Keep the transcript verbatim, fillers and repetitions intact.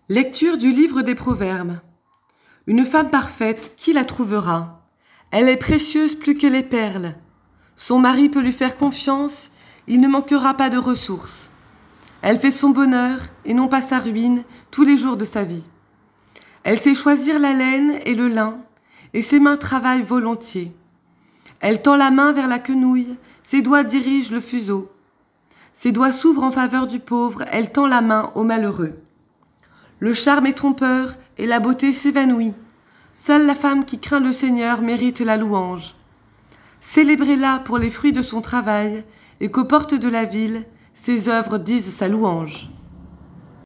Lecture du livre des Proverbes. Une femme parfaite, qui la trouvera? Elle est précieuse plus que les perles. Son mari peut lui faire confiance, il ne manquera pas de ressources. Elle fait son bonheur, et non pas sa ruine, tous les jours de sa vie. Elle sait choisir la laine et le lin, et ses mains travaillent volontiers. Elle tend la main vers la quenouille, ses doigts dirigent le fuseau. Ses doigts s'ouvrent en faveur du pauvre, elle tend la main au malheureux. Le charme est trompeur et la beauté s'évanouit. Seule la femme qui craint le Seigneur mérite la louange. Célébrez-la pour les fruits de son travail et qu'aux portes de la ville, ses œuvres disent sa louange.